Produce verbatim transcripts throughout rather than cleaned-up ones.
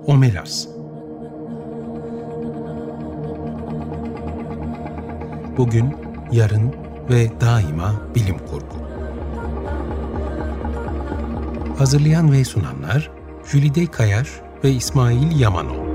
Omelas. Bugün, yarın ve daima bilim kurgu. Hazırlayan ve sunanlar Jülide Kayar ve İsmail Yamanol.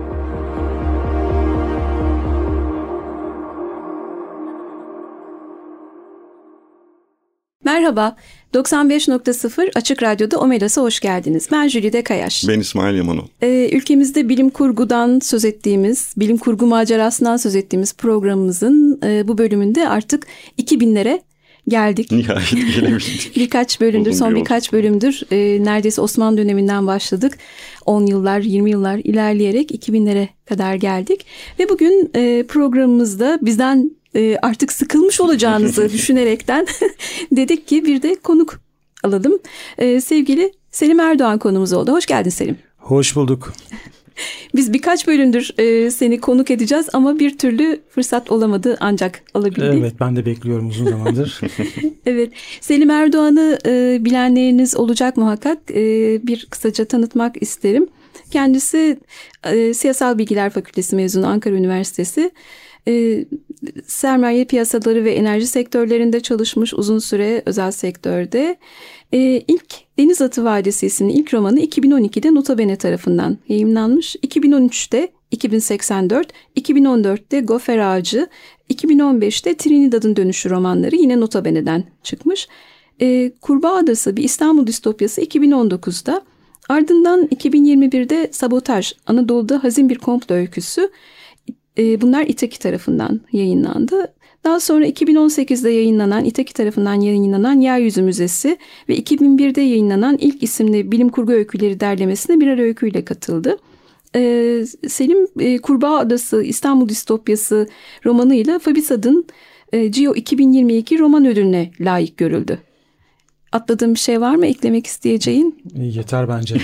Merhaba, doksan beş nokta sıfır Açık Radyo'da Omelas'a hoş geldiniz. Ben Jülide Kayar. Ben İsmail Yamanol. Ee, ülkemizde bilim kurgudan söz ettiğimiz, bilim kurgu macerasından söz ettiğimiz programımızın e, bu bölümünde artık iki binlere geldik. Nihayet gelebildik. birkaç bölümdür, son birkaç bölümdür e, neredeyse Osmanlı döneminden başladık. on yıllar, yirmi yıllar ilerleyerek iki binlere kadar geldik. Ve bugün e, programımızda bizden e, artık sıkılmış olacağınızı düşünerekten dedik ki bir de konuk alalım. E, sevgili Selim Erdoğan konumuz oldu. Hoş geldin Selim. Hoş bulduk. Biz birkaç bölümdür e, seni konuk edeceğiz ama bir türlü fırsat olamadı, ancak alabildik. Evet, ben de bekliyorum uzun zamandır. Evet, Selim Erdoğan'ı e, bilenleriniz olacak muhakkak. E, bir kısaca tanıtmak isterim. Kendisi e, Siyasal Bilgiler Fakültesi mezunu, Ankara Üniversitesi. E, sermaye piyasaları ve enerji sektörlerinde çalışmış, uzun süre özel sektörde. E, ilk Deniz Atı Vadisi isimli ilk romanı iki bin on ikide Notabene tarafından yayımlanmış. iki bin on üçte iki bin seksen dört, iki bin on dörtte Gofer Ağacı, iki bin on beşte Trinidad'ın Dönüşü romanları yine Notabene'den çıkmış. E, Kurbağa Adası, bir İstanbul distopyası iki bin on dokuzda. Ardından iki bin yirmi birde Sabotaj, Anadolu'da Hazin Bir Komplo Öyküsü. E, bunlar İtaki tarafından yayınlandı. Daha sonra iki bin on sekizde yayınlanan, İtaki tarafından yayınlanan Yeryüzü Müzesi ve iki bin birde yayınlanan ilk isimli bilim kurgu öyküleri derlemesine birer öyküyle katıldı. Ee, Selim e, Kurbağa Adası İstanbul Distopyası romanıyla Fabisad'ın e, Geo iki bin yirmi iki roman ödülüne layık görüldü. Atladığım bir şey var mı eklemek isteyeceğin? Yeter bence.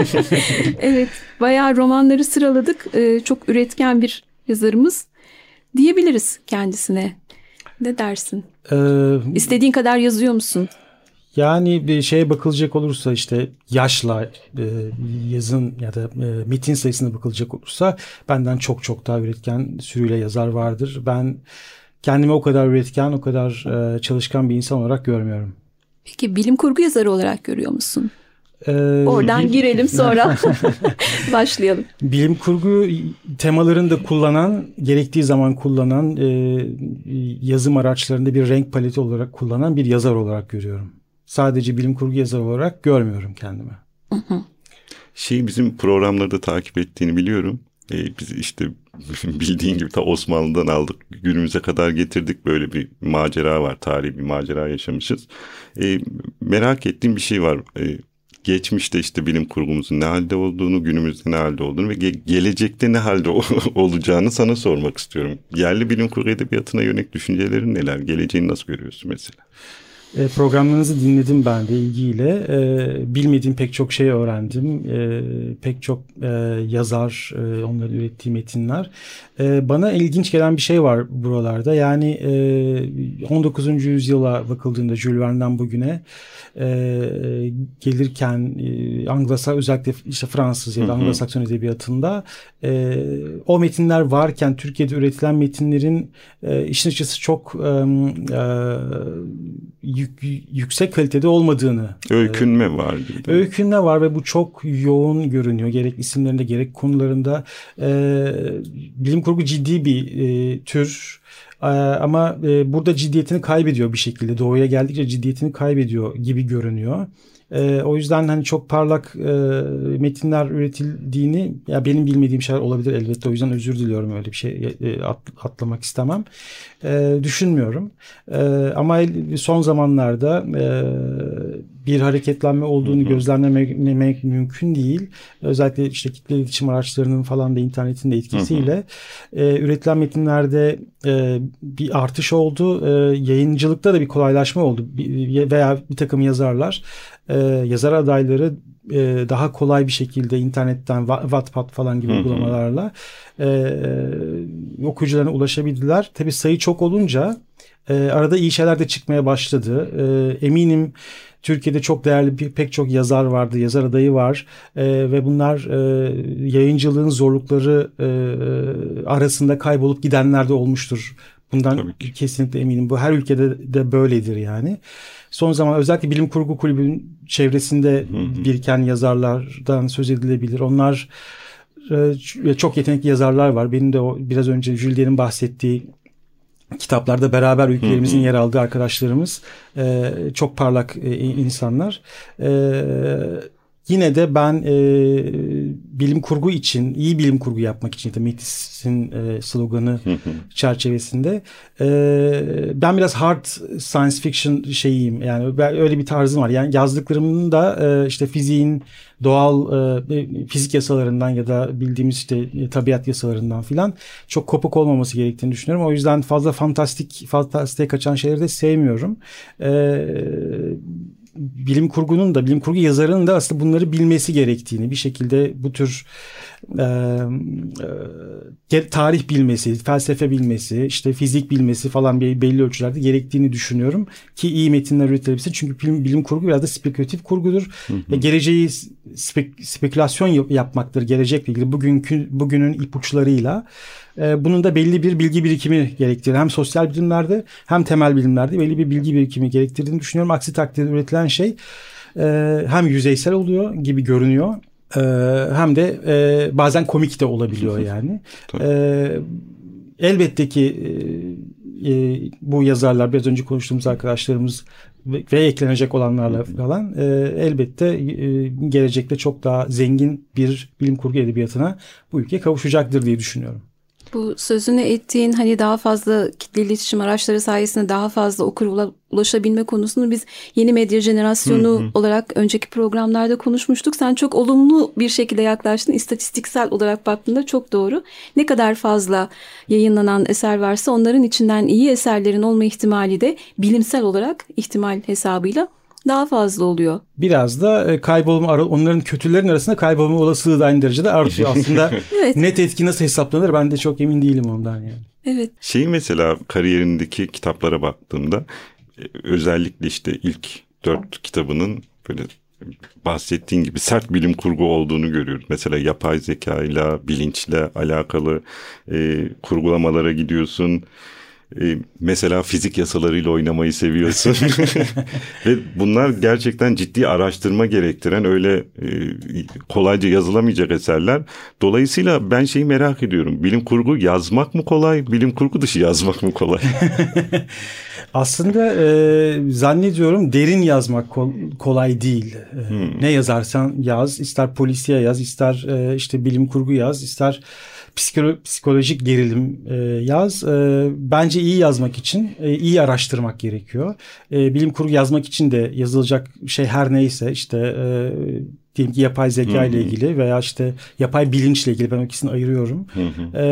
Evet, bayağı romanları sıraladık. Ee, çok üretken bir yazarımız diyebiliriz kendisine. Ne dersin? Ee, İstediğin kadar yazıyor musun? Yani bir şeye bakılacak olursa, işte yaşla e, yazın ya da e, metin sayısına bakılacak olursa benden çok çok daha üretken sürüyle yazar vardır. Ben kendimi o kadar üretken, o kadar e, çalışkan bir insan olarak görmüyorum. Peki bilim kurgu yazarı olarak görüyor musun? Ee, Oradan bil- girelim sonra başlayalım. Bilim kurgu temalarını da kullanan, gerektiği zaman kullanan, e, yazım araçlarında bir renk paleti olarak kullanan bir yazar olarak görüyorum. Sadece bilim kurgu yazarı olarak görmüyorum kendimi. Şey, bizim programlarda takip ettiğini biliyorum. Ee, biz işte bildiğin gibi ta Osmanlı'dan aldık, günümüze kadar getirdik, böyle bir macera var, tarihi bir macera yaşamışız. Ee, merak ettiğim bir şey var. Ee, Geçmişte işte bilim kurgumuzun ne halde olduğunu, günümüzde ne halde olduğunu ve ge- gelecekte ne halde olacağını sana sormak istiyorum. Yerli bilim kurgu edebiyatına yönelik düşüncelerin neler? Geleceğini nasıl görüyorsun mesela? E, programlarınızı dinledim ben de ilgiyle. E, bilmediğim pek çok şey öğrendim. E, pek çok e, yazar, e, onların ürettiği metinler. E, bana ilginç gelen bir şey var buralarda. Yani e, on dokuzuncu yüzyıla bakıldığında Jules Verne'den bugüne e, gelirken e, Anglo-Sakson, özellikle işte Fransız ya da Anglo-Sakson edebiyatında e, o metinler varken Türkiye'de üretilen metinlerin e, işin açıkçası çok e, e, Yük, yüksek kalitede olmadığını. Öykünme e, var. Gibi. Öykünme var ve bu çok yoğun görünüyor. Gerek isimlerinde gerek konularında. E, bilim kurgu ciddi bir e, tür. E, ama e, burada ciddiyetini kaybediyor bir şekilde. Doğuya geldikçe ciddiyetini kaybediyor gibi görünüyor. E, o yüzden hani çok parlak e, metinler üretildiğini, ya benim bilmediğim şeyler olabilir elbette. O yüzden özür diliyorum, öyle bir şey e, at, atlamak istemem. E, düşünmüyorum. E, ama son zamanlarda e, bir hareketlenme olduğunu gözlemlemek mümkün değil. Özellikle işte kitle iletişim araçlarının falan da internetin de etkisiyle e, üretilen metinlerde e, bir artış oldu. E, yayıncılıkta da bir kolaylaşma oldu. Bir, veya bir takım yazarlar, e, yazar adayları e, daha kolay bir şekilde internetten, Wattpad falan gibi uygulamalarla e, okuyucularına ulaşabildiler. Tabii sayı çok olunca E, arada iyi şeyler de çıkmaya başladı. E, eminim Türkiye'de çok değerli bir, pek çok yazar vardı, yazar adayı var e, ve bunlar e, yayıncılığın zorlukları e, arasında kaybolup gidenler de olmuştur. Bundan kesinlikle eminim. Bu her ülkede de böyledir yani. Son zaman özellikle bilim kurgu kulübünün çevresinde hı hı. biriken yazarlardan söz edilebilir. Onlar e, çok yetenekli yazarlar var. Benim de o biraz önce Jülide'nin bahsettiği kitaplarda beraber ülkelerimizin yer aldığı arkadaşlarımız e, çok parlak e, insanlar. E, yine de ben e, bilim kurgu için, iyi bilim kurgu yapmak için, Metis'in e, sloganı çerçevesinde e, ben biraz hard science fiction şeyiyim. Yani ben, öyle bir tarzım var. Yani yazdıklarımın da e, işte fiziğin doğal e, fizik yasalarından ya da bildiğimiz işte e, tabiat yasalarından filan çok kopuk olmaması gerektiğini düşünüyorum. O yüzden fazla fantastik, fantastiğe kaçan şeyleri de sevmiyorum. E, bilim kurgunun da, bilim kurgu yazarının da aslında bunları bilmesi gerektiğini, bir şekilde bu tür e, e, tarih bilmesi, felsefe bilmesi, işte fizik bilmesi falan belli ölçülerde gerektiğini düşünüyorum ki iyi metinler üretilebilsin. Çünkü bilim, bilim kurgu biraz da spekülatif kurgudur. Hı hı. Ve geleceği spek, spekülasyon yap, yapmaktır gelecekle ilgili bugünkü bugünün ipuçlarıyla. E, bunun da belli bir bilgi birikimi gerektirir. Hem sosyal bilimlerde hem temel bilimlerde belli bir bilgi birikimi gerektirdiğini düşünüyorum. Aksi takdirde üretilen şey e, hem yüzeysel oluyor gibi görünüyor. Hem de e, bazen komik de olabiliyor yani. e, elbette ki e, bu yazarlar, biraz önce konuştuğumuz arkadaşlarımız ve, ve eklenecek olanlarla falan e, elbette e, gelecekte çok daha zengin bir bilim kurgu edebiyatına bu ülke kavuşacaktır diye düşünüyorum. Bu sözünü ettiğin hani daha fazla kitle iletişim araçları sayesinde daha fazla okura ulaşabilme konusunu biz yeni medya jenerasyonu hı hı. olarak önceki programlarda konuşmuştuk. Sen çok olumlu bir şekilde yaklaştın. İstatistiksel olarak baktığında çok doğru. Ne kadar fazla yayınlanan eser varsa onların içinden iyi eserlerin olma ihtimali de bilimsel olarak ihtimal hesabıyla daha fazla oluyor. Biraz da kaybolma, onların kötülerin arasında kaybolma olasılığı da aynı derecede artıyor. Aslında evet. Net etki nasıl hesaplanır ben de çok emin değilim ondan yani. Evet. Şey mesela kariyerindeki kitaplara baktığımda özellikle işte ilk dört kitabının böyle bahsettiğin gibi sert bilim kurgu olduğunu görüyoruz. Mesela yapay zekayla, bilinçle alakalı e, kurgulamalara gidiyorsun. Ee, mesela fizik yasalarıyla oynamayı seviyorsun ve bunlar gerçekten ciddi araştırma gerektiren öyle e, kolayca yazılamayacak eserler. Dolayısıyla ben şeyi merak ediyorum. Bilim kurgu yazmak mı kolay, bilim kurgu dışı yazmak mı kolay? Aslında e, zannediyorum derin yazmak kol, kolay değil. E, hmm. Ne yazarsan yaz, ister polisiye yaz, ister e, işte bilim kurgu yaz, ister Psikolo- psikolojik gerilim e, yaz. E, bence iyi yazmak için e, iyi araştırmak gerekiyor. E, bilim kurgu yazmak için de yazılacak şey her neyse işte e, diyelim ki yapay zeka ile ilgili veya işte yapay bilinçle ilgili ben o ikisini ayırıyorum. E,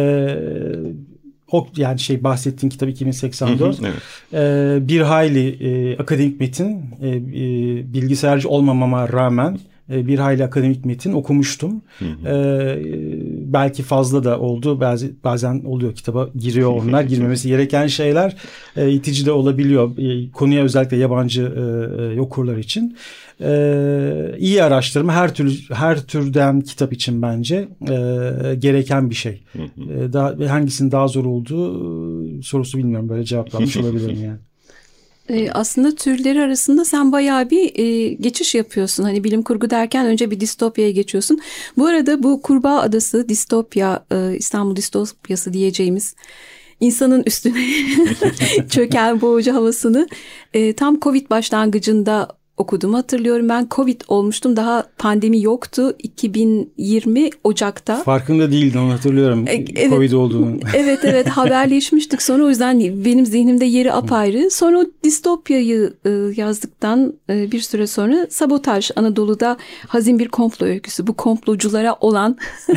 o yani şey bahsettiğin kitap iki bin seksen dört. Hı hı, evet. e, bir hayli e, akademik metin e, e, bilgisayarcı olmamama rağmen bir hayli akademik metin okumuştum. Hı hı. Ee, belki fazla da oldu. Bazı, bazen oluyor kitaba giriyor onlar. Girmemesi gereken şeyler e, itici de olabiliyor. E, konuya özellikle yabancı e, okurlar için. E, iyi araştırma her türlü her türden kitap için bence e, gereken bir şey. Hı hı. E, daha, hangisinin daha zor olduğu sorusu bilmiyorum. Böyle cevaplamış olabilirim yani. Aslında türleri arasında sen bayağı bir e, geçiş yapıyorsun. Hani bilim kurgu derken önce bir distopyaya geçiyorsun. Bu arada bu Kurbağa Adası distopya, e, İstanbul distopyası diyeceğimiz insanın üstüne çöken boğucu havasını e, tam Covid başlangıcında okudum. Hatırlıyorum ben Covid olmuştum. Daha pandemi yoktu. iki bin yirmi Ocak'ta. Farkında değildin onu hatırlıyorum. Evet, Covid olduğunu. Evet evet haberleşmiştik sonra o yüzden benim zihnimde yeri apayrı. Sonra o distopyayı e, yazdıktan e, bir süre sonra Sabotaj Anadolu'da hazin bir komplo öyküsü. Bu komploculara olan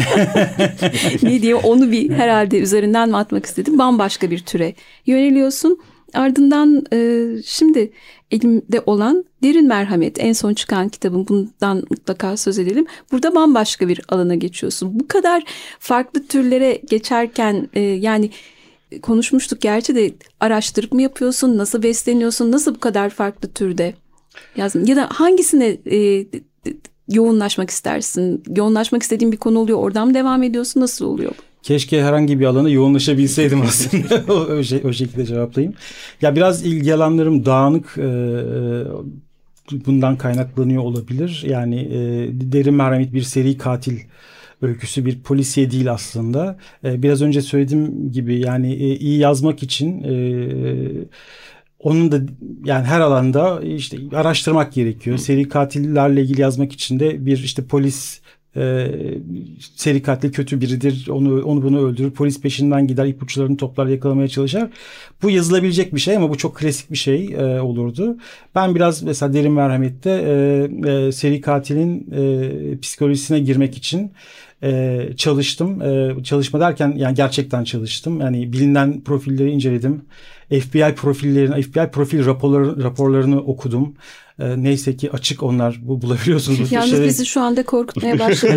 ne diye onu bir herhalde üzerinden mi atmak istedim. Bambaşka bir türe yöneliyorsun. Ardından e, şimdi elimde olan Derin Merhamet en son çıkan kitabım, bundan mutlaka söz edelim. Burada bambaşka bir alana geçiyorsun. Bu kadar farklı türlere geçerken e, yani konuşmuştuk gerçi de, araştırıp mı yapıyorsun? Nasıl besleniyorsun? Nasıl bu kadar farklı türde yazdın? Ya da hangisine e, yoğunlaşmak istersin? Yoğunlaşmak istediğin bir konu oluyor. Oradan mı devam ediyorsun? Nasıl oluyor? Keşke herhangi bir alana yoğunlaşabilseydim aslında. o, o, şey, o şekilde cevaplayayım. Ya biraz ilgi alanlarım dağınık. E, bundan kaynaklanıyor olabilir. Yani e, Derin Merhamet bir seri katil öyküsü, bir polisiye değil aslında. E, biraz önce söylediğim gibi yani e, iyi yazmak için e, onun da yani her alanda işte araştırmak gerekiyor. Seri katillerle ilgili yazmak için de bir işte polis e, seri katil kötü biridir. Onu onu bunu öldürür. Polis peşinden gider, ipuçlarını toplar, yakalamaya çalışar. Bu yazılabilecek bir şey ama bu çok klasik bir şey e, olurdu. Ben biraz mesela Derin Merhamet'te e, e, seri katilin e, psikolojisine girmek için Ee, çalıştım. Ee, çalışma derken yani gerçekten çalıştım. Yani bilinen profilleri inceledim. F B I profillerini, F B I profil raporları, raporlarını okudum. Ee, neyse ki açık onlar. Bu bulabiliyorsunuz. Yalnız şey... bizi şu anda korkutmaya başladı.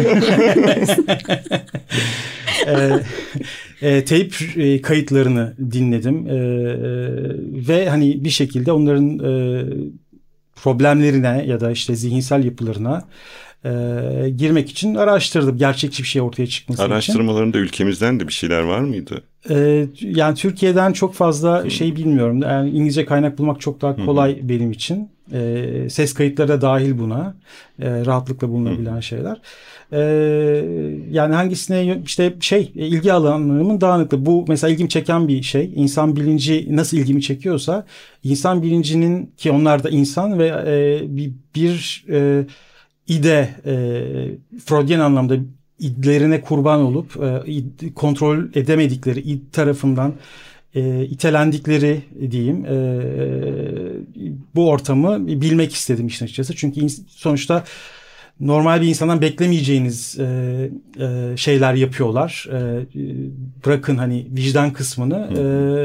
e, e, teyp e, kayıtlarını dinledim. E, e, ve hani bir şekilde onların e, problemlerine ya da işte zihinsel yapılarına Ee, girmek için araştırdım. Gerçekçi bir şey ortaya çıkması için. Araştırmalarında ülkemizden de bir şeyler var mıydı? Ee, yani Türkiye'den çok fazla hmm. şey bilmiyorum. Yani İngilizce kaynak bulmak çok daha kolay hmm. benim için. Ee, ses kayıtları da dahil buna. Ee, rahatlıkla bulunabilen hmm. şeyler. Ee, yani hangisine işte şey ilgi alanlarımın dağınıklığı. Bu mesela ilgimi çeken bir şey. İnsan bilinci nasıl ilgimi çekiyorsa insan bilincinin, ki onlar da insan ve e, bir, bir e, İde, e, Freudian anlamda idlerine kurban olup e, id, kontrol edemedikleri id tarafından e, itelendikleri diyeyim e, bu ortamı bilmek istedim işin açıkçası. Çünkü sonuçta normal bir insandan beklemeyeceğiniz e, e, şeyler yapıyorlar. E, bırakın hani vicdan kısmını e,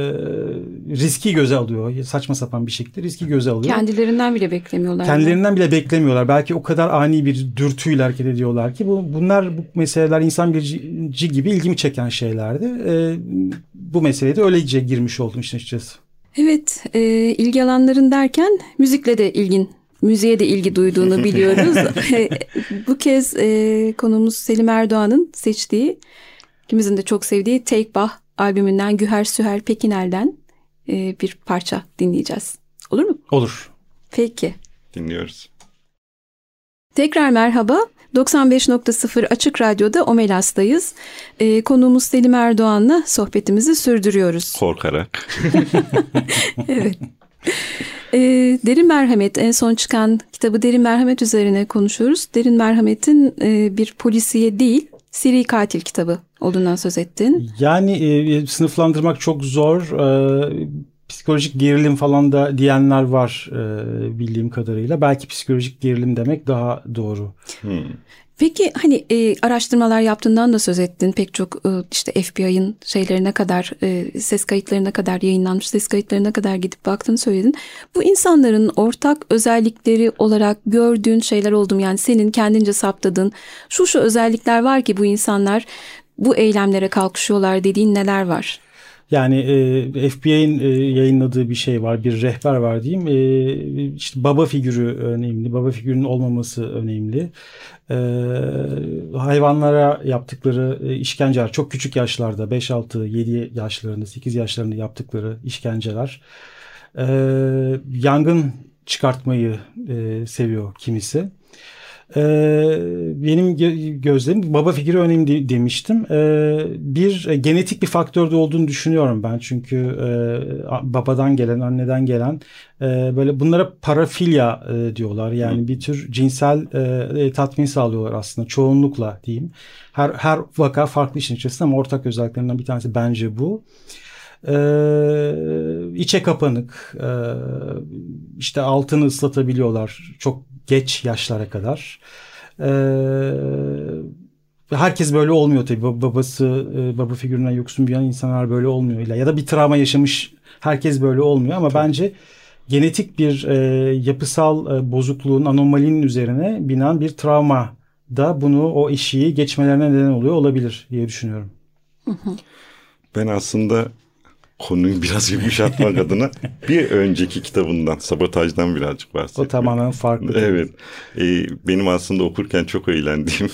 riski göze alıyor. Saçma sapan bir şekilde riski göze alıyor. Kendilerinden bile beklemiyorlar. Kendilerinden yani. bile beklemiyorlar. Belki o kadar ani bir dürtüyle hareket ediyorlar ki bu bunlar bu meseleler insan bilici gibi ilgimi çeken şeylerdi. E, bu meseleye de öylece girmiş oldum işin açıkçası. Evet, e, ilgi alanların derken müzikle de ilgin. Müziğe de ilgi duyduğunu biliyoruz. Bu kez e, konuğumuz Selim Erdoğan'ın seçtiği, ikimizin de çok sevdiği Take Bah albümünden Güher Süher Pekinel'den e, bir parça dinleyeceğiz. Olur mu? Olur. Peki. Dinliyoruz. Tekrar merhaba. doksan beş nokta sıfır Açık Radyo'da Omelas'tayız. E, konuğumuz Selim Erdoğan'la sohbetimizi sürdürüyoruz. Korkarak. Evet. E, Derin Merhamet, en son çıkan kitabı Derin Merhamet üzerine konuşuyoruz. Derin Merhamet'in e, bir polisiye değil, seri katil kitabı olduğundan söz ettin. Yani e, sınıflandırmak çok zor. E, psikolojik gerilim falan da diyenler var e, bildiğim kadarıyla. Belki psikolojik gerilim demek daha doğru. Hmm. Peki hani e, araştırmalar yaptığından da söz ettin. Pek çok e, işte F B I'ın şeylerine kadar, e, ses kayıtlarına kadar, yayınlanmış ses kayıtlarına kadar gidip baktığını söyledin. Bu insanların ortak özellikleri olarak gördüğün şeyler oldu mu? Yani senin kendince saptadığın şu şu özellikler var ki bu insanlar bu eylemlere kalkışıyorlar dediğin neler var? Yani e, F B I'nin e, yayınladığı bir şey var, bir rehber var diyeyim. E, işte baba figürü önemli, baba figürünün olmaması önemli. E, hayvanlara yaptıkları e, işkenceler, çok küçük yaşlarda, beş altı yedi yaşlarında, sekiz yaşlarında yaptıkları işkenceler. E, yangın çıkartmayı e, seviyor kimisi. Ee, benim gözlemim baba figürü önemli demiştim. Ee, bir e, genetik bir faktörde olduğunu düşünüyorum ben. Çünkü e, babadan gelen, anneden gelen e, böyle bunlara parafilya e, diyorlar. Yani Hı. bir tür cinsel e, tatmin sağlıyorlar aslında çoğunlukla diyeyim. Her her vaka farklı işin içerisinde ama ortak özelliklerinden bir tanesi bence bu. Ee, içe kapanık, e, işte altını ıslatabiliyorlar çok geç yaşlara kadar. Ee, herkes böyle olmuyor tabii. Babası, baba figüründen yoksun bir insanlar böyle olmuyor. Ya da bir travma yaşamış herkes böyle olmuyor ama tabii. Bence genetik bir e, yapısal e, bozukluğun, anomalinin üzerine binen bir travma da bunu, o eşiği geçmelerine neden oluyor olabilir diye düşünüyorum. Ben aslında konuyu biraz yumuşatmak adına bir önceki kitabından, Sabotaj'dan birazcık bahsettim. O tamamen farklı. Evet. E, benim aslında okurken çok eğlendiğim,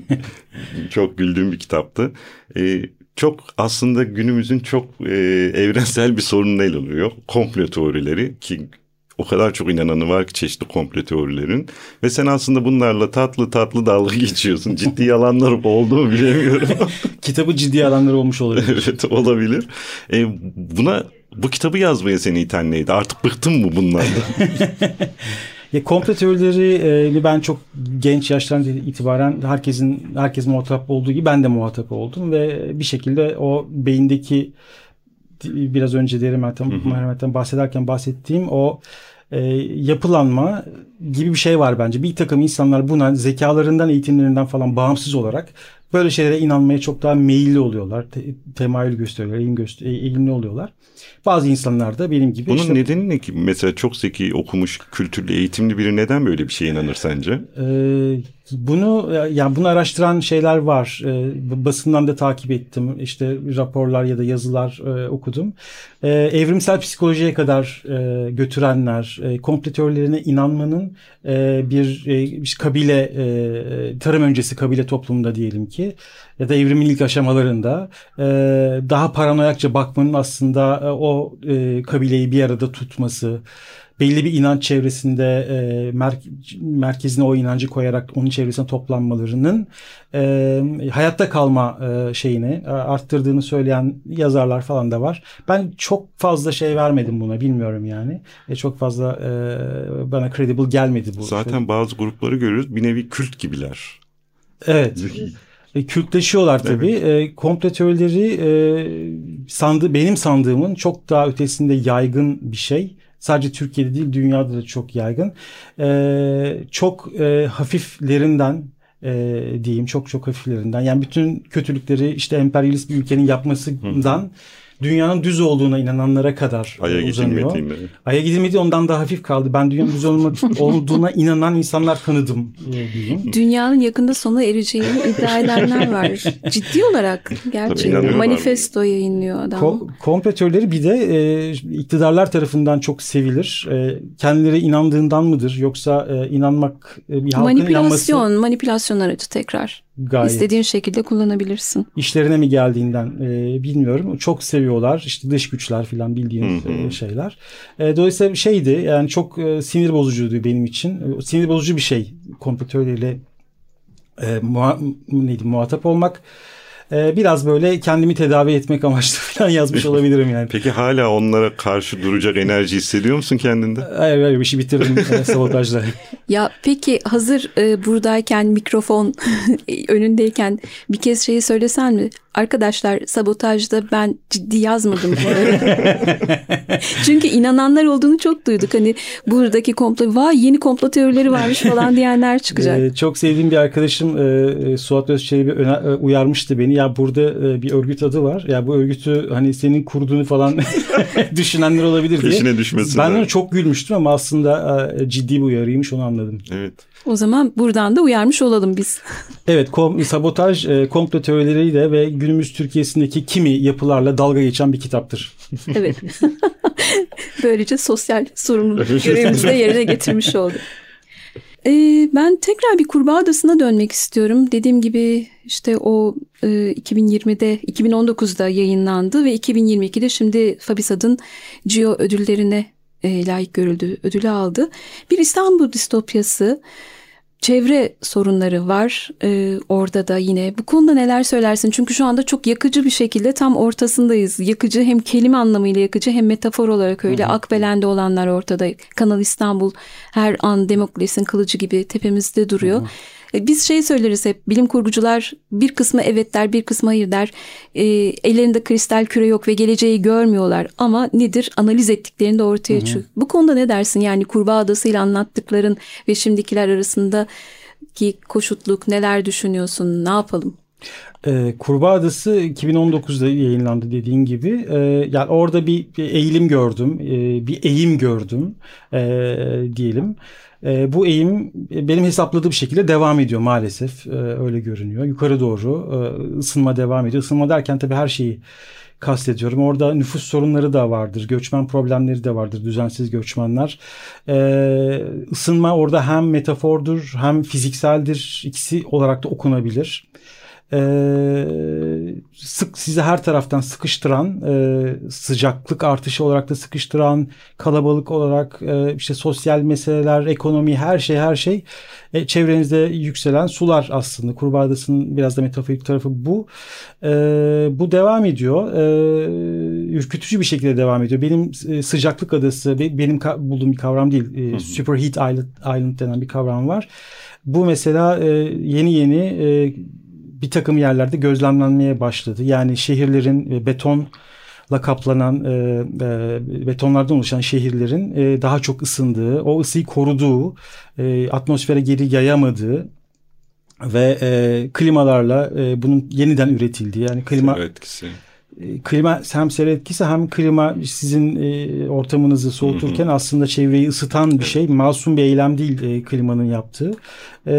çok güldüğüm bir kitaptı. E, çok aslında günümüzün çok e, evrensel bir sorununu ele alıyor. Komplo teorileri, ki o kadar çok inananı var ki çeşitli komplo teorilerin. Ve sen aslında bunlarla tatlı tatlı dalga geçiyorsun. Ciddi yalanlar oldu mu bilemiyorum. Kitabı ciddi yalanlar olmuş olabilir. Evet, olabilir. E, buna bu kitabı yazmaya seni iten neydi? Artık bıktın mı bunlardan? Ya, komplo teorilerini ben çok genç yaştan itibaren herkesin herkes muhatap olduğu gibi ben de muhatap oldum ve bir şekilde o beyindeki, biraz önce de Merhamet'ten bahsederken bahsettiğim o e, yapılanma gibi bir şey var bence. Bir takım insanlar buna zekalarından, eğitimlerinden falan bağımsız olarak böyle şeylere inanmaya çok daha meyilli oluyorlar. Te, temayül gösteriyorlar, eğim göster eğilimli oluyorlar. Bazı insanlar da benim gibi. Bunun işte, nedeni ne ki? Mesela çok zeki, okumuş, kültürlü, eğitimli biri neden böyle bir şeye inanır sence? Ee, bunu yani bunu araştıran şeyler var. Ee, basından da takip ettim. İşte raporlar ya da yazılar e, okudum. Ee, evrimsel psikolojiye kadar e, götürenler, e, komplo teorilerine inanmanın e, bir, e, bir kabile, e, tarım öncesi kabile toplumunda diyelim ki, ya da evrimin ilk aşamalarında e, daha paranoyakça bakmanın aslında e, o e, kabileyi bir arada tutması, belli bir inanç çevresinde e, mer- merkezine o inancı koyarak onun çevresine toplanmalarının e, hayatta kalma e, şeyini arttırdığını söyleyen yazarlar falan da var. Ben çok fazla şey vermedim buna, bilmiyorum yani. E, çok fazla e, bana credible gelmedi bu. Zaten bazı grupları görüyoruz, bir nevi kült gibiler. Evet. E, kültleşiyorlar tabii. Evet. E, komplo teorileri e, sandı, benim sandığımın çok daha ötesinde yaygın bir şey. Sadece Türkiye'de değil, dünyada da çok yaygın. Ee, çok e, hafiflerinden e, diyeyim, çok çok hafiflerinden. Yani bütün kötülükleri işte emperyalist bir ülkenin yapmasından Hı. dünyanın düz olduğuna inananlara kadar Ay'a uzanıyor. Ay'a gidilmedi, ondan daha hafif kaldı. Ben dünyanın düz olduğuna inanan insanlar tanıdım diyeyim. Dünyanın yakında sona ereceğini iddia edenler var. Ciddi olarak gerçekten. Manifesto yayınlıyor adam. Ko- komplo teorileri bir de e, iktidarlar tarafından çok sevilir. E, kendileri inandığından mıdır? Yoksa e, inanmak, e, bir halkın manipülasyon, inanması... Manipülasyon aracı tekrar. Gayet. İstediğin şekilde kullanabilirsin. İşlerine mi geldiğinden e, bilmiyorum. Çok seviyorlar. İşte dış güçler falan, bildiğiniz e, şeyler. E, dolayısıyla şeydi, yani çok e, sinir bozucuydu benim için. E, sinir bozucu bir şey komplo teorileriyle e, muha- neydi, muhatap olmak. E, biraz böyle kendimi tedavi etmek amaçlı falan yazmış olabilirim yani. Peki hala onlara karşı duracak enerji hissediyor musun kendinde? Hayır hayır, bir şey bitirdim e, sabotajla. Ya peki hazır e, buradayken, mikrofon önündeyken bir kez şeyi söylesen mi? Arkadaşlar, sabotajda ben ciddi yazmadım bu arada. Çünkü inananlar olduğunu çok duyduk. Hani buradaki komplo, vay yeni komplo teorileri varmış falan diyenler çıkacak. Ee, çok sevdiğim bir arkadaşım e, Suat Özçelik'i öne- uyarmıştı beni. Ya burada e, bir örgüt adı var. Ya bu örgütü hani senin kurduğunu falan düşünenler olabilir diye. Peşine düşmesin. Ben de çok gülmüştüm ama aslında e, ciddi bir uyarıymış, onu anladım. Evet. O zaman buradan da uyarmış olalım biz. Evet, kom- sabotaj, e, komplo teorileriyle ve günümüz Türkiye'sindeki kimi yapılarla dalga geçen bir kitaptır. Evet. Böylece sosyal sorumluluk görevimizi de yerine getirmiş olduk. Ee, ben tekrar bir Kurbağa Adası'na dönmek istiyorum. Dediğim gibi işte o e, iki bin yirmide, iki bin on dokuzda yayınlandı ve iki bin yirmi ikide şimdi Fabisat'ın Geo ödüllerine e, layık görüldü, ödülü aldı. Bir İstanbul distopyası. Çevre sorunları var ee, orada da yine. Bu konuda neler söylersin? Çünkü şu anda çok yakıcı bir şekilde tam ortasındayız. Yakıcı, hem kelime anlamıyla yakıcı hem metafor olarak öyle. Akbelen'de olanlar ortada. Kanal İstanbul her an Demokles'in kılıcı gibi tepemizde duruyor. Hı hı. Biz şey söyleriz hep, bilim kurgucular bir kısmı evet der, bir kısmı hayır der. E, ellerinde kristal küre yok ve geleceği görmüyorlar ama nedir? Analiz ettiklerinde ortaya çıkıyor. Bu konuda ne dersin? Yani Kurbağa Adası'yla anlattıkların ve şimdikiler arasındaki koşutluk, neler düşünüyorsun? Ne yapalım? E, Kurbağa Adası iki bin on dokuzda yayınlandı dediğin gibi. E, yani orada bir, bir eğilim gördüm, e, bir eğim gördüm e, diyelim. E, bu eğim benim hesapladığım şekilde devam ediyor maalesef. E, öyle görünüyor. Yukarı doğru e, ısınma devam ediyor. Isınma derken tabii her şeyi kastediyorum. Orada nüfus sorunları da vardır. Göçmen problemleri de vardır. Düzensiz göçmenler. Ee, ısınma orada hem metafordur hem fizikseldir. İkisi olarak da okunabilir. Ee, sık sizi her taraftan sıkıştıran, e, sıcaklık artışı olarak da sıkıştıran, kalabalık olarak e, işte sosyal meseleler, ekonomi, her şey her şey e, çevrenizde yükselen sular aslında. Kurbağa Adası'nın biraz da metaforik tarafı bu. E, bu devam ediyor. E, ürkütücü bir şekilde devam ediyor. Benim e, sıcaklık adası, benim ka- bulduğum bir kavram değil. E, Superheat Island, Island denen bir kavram var. Bu mesela e, yeni yeni e, bir takım yerlerde gözlemlenmeye başladı. Yani şehirlerin betonla kaplanan, e, e, betonlardan oluşan şehirlerin e, daha çok ısındığı, o ısıyı koruduğu, e, atmosfere geri yayamadığı ve e, klimalarla e, bunun yeniden üretildiği. Yani klima sera etkisi. Klima hem sera etkisi hem klima sizin e, ortamınızı soğuturken hı hı. aslında çevreyi ısıtan bir evet. şey. Masum bir eylem değil e, klimanın yaptığı. E,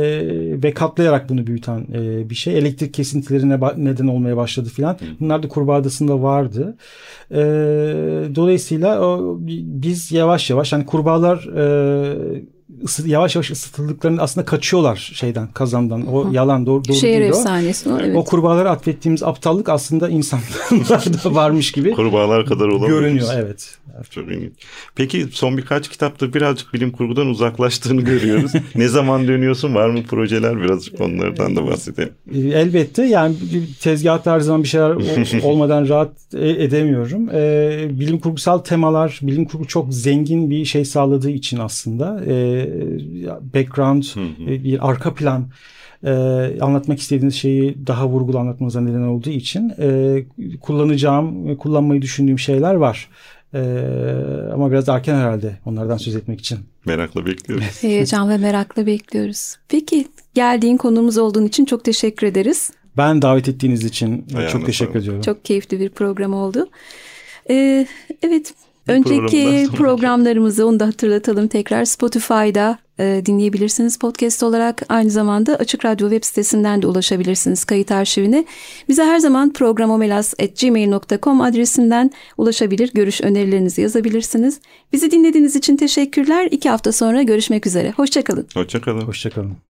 ve katlayarak bunu büyüten e, bir şey. Elektrik kesintilerine ba- neden olmaya başladı filan. Bunlar da Kurbağa Adası'nda vardı. E, dolayısıyla o, biz yavaş yavaş hani kurbağalar e, Isı, yavaş yavaş ısıtıldıklarında aslında kaçıyorlar şeyden, kazandan. O Hı. yalan doğru, doğru Şehir değil efsanesi o. o. Evet. O kurbağalara atfettiğimiz aptallık aslında insanlarda varmış gibi. Kurbağalar kadar olamıyor. Görünüyor evet. Çok ilginç. Peki son birkaç kitapta birazcık bilim kurgudan uzaklaştığını görüyoruz. Ne zaman dönüyorsun? Var mı projeler? Birazcık onlardan da bahsedelim. Elbette yani tezgahta her zaman bir şeyler olmadan rahat edemiyorum. Bilim kurgusal temalar, bilim kurgu çok zengin bir şey sağladığı için aslında background, hı hı. bir arka plan e, anlatmak istediğiniz şeyi daha vurgulu anlatmanıza neden olduğu için e, kullanacağım, kullanmayı düşündüğüm şeyler var. E, ama biraz erken herhalde onlardan söz etmek için. Merakla bekliyoruz. Heyecan ve merakla bekliyoruz. Peki geldiğin konuğumuz olduğun için çok teşekkür ederiz. Ben davet ettiğiniz için Ayağına çok teşekkür sağ ediyorum. Çok keyifli bir program oldu. Ee, evet. Önceki programlarımızı onu da hatırlatalım tekrar Spotify'da e, dinleyebilirsiniz podcast olarak. Aynı zamanda Açık Radyo web sitesinden de ulaşabilirsiniz kayıt arşivine. Bize her zaman programomelas at gmail nokta com adresinden ulaşabilir, görüş önerilerinizi yazabilirsiniz. Bizi dinlediğiniz için teşekkürler. İki hafta sonra görüşmek üzere. Hoşçakalın. Hoşçakalın. Hoşçakalın.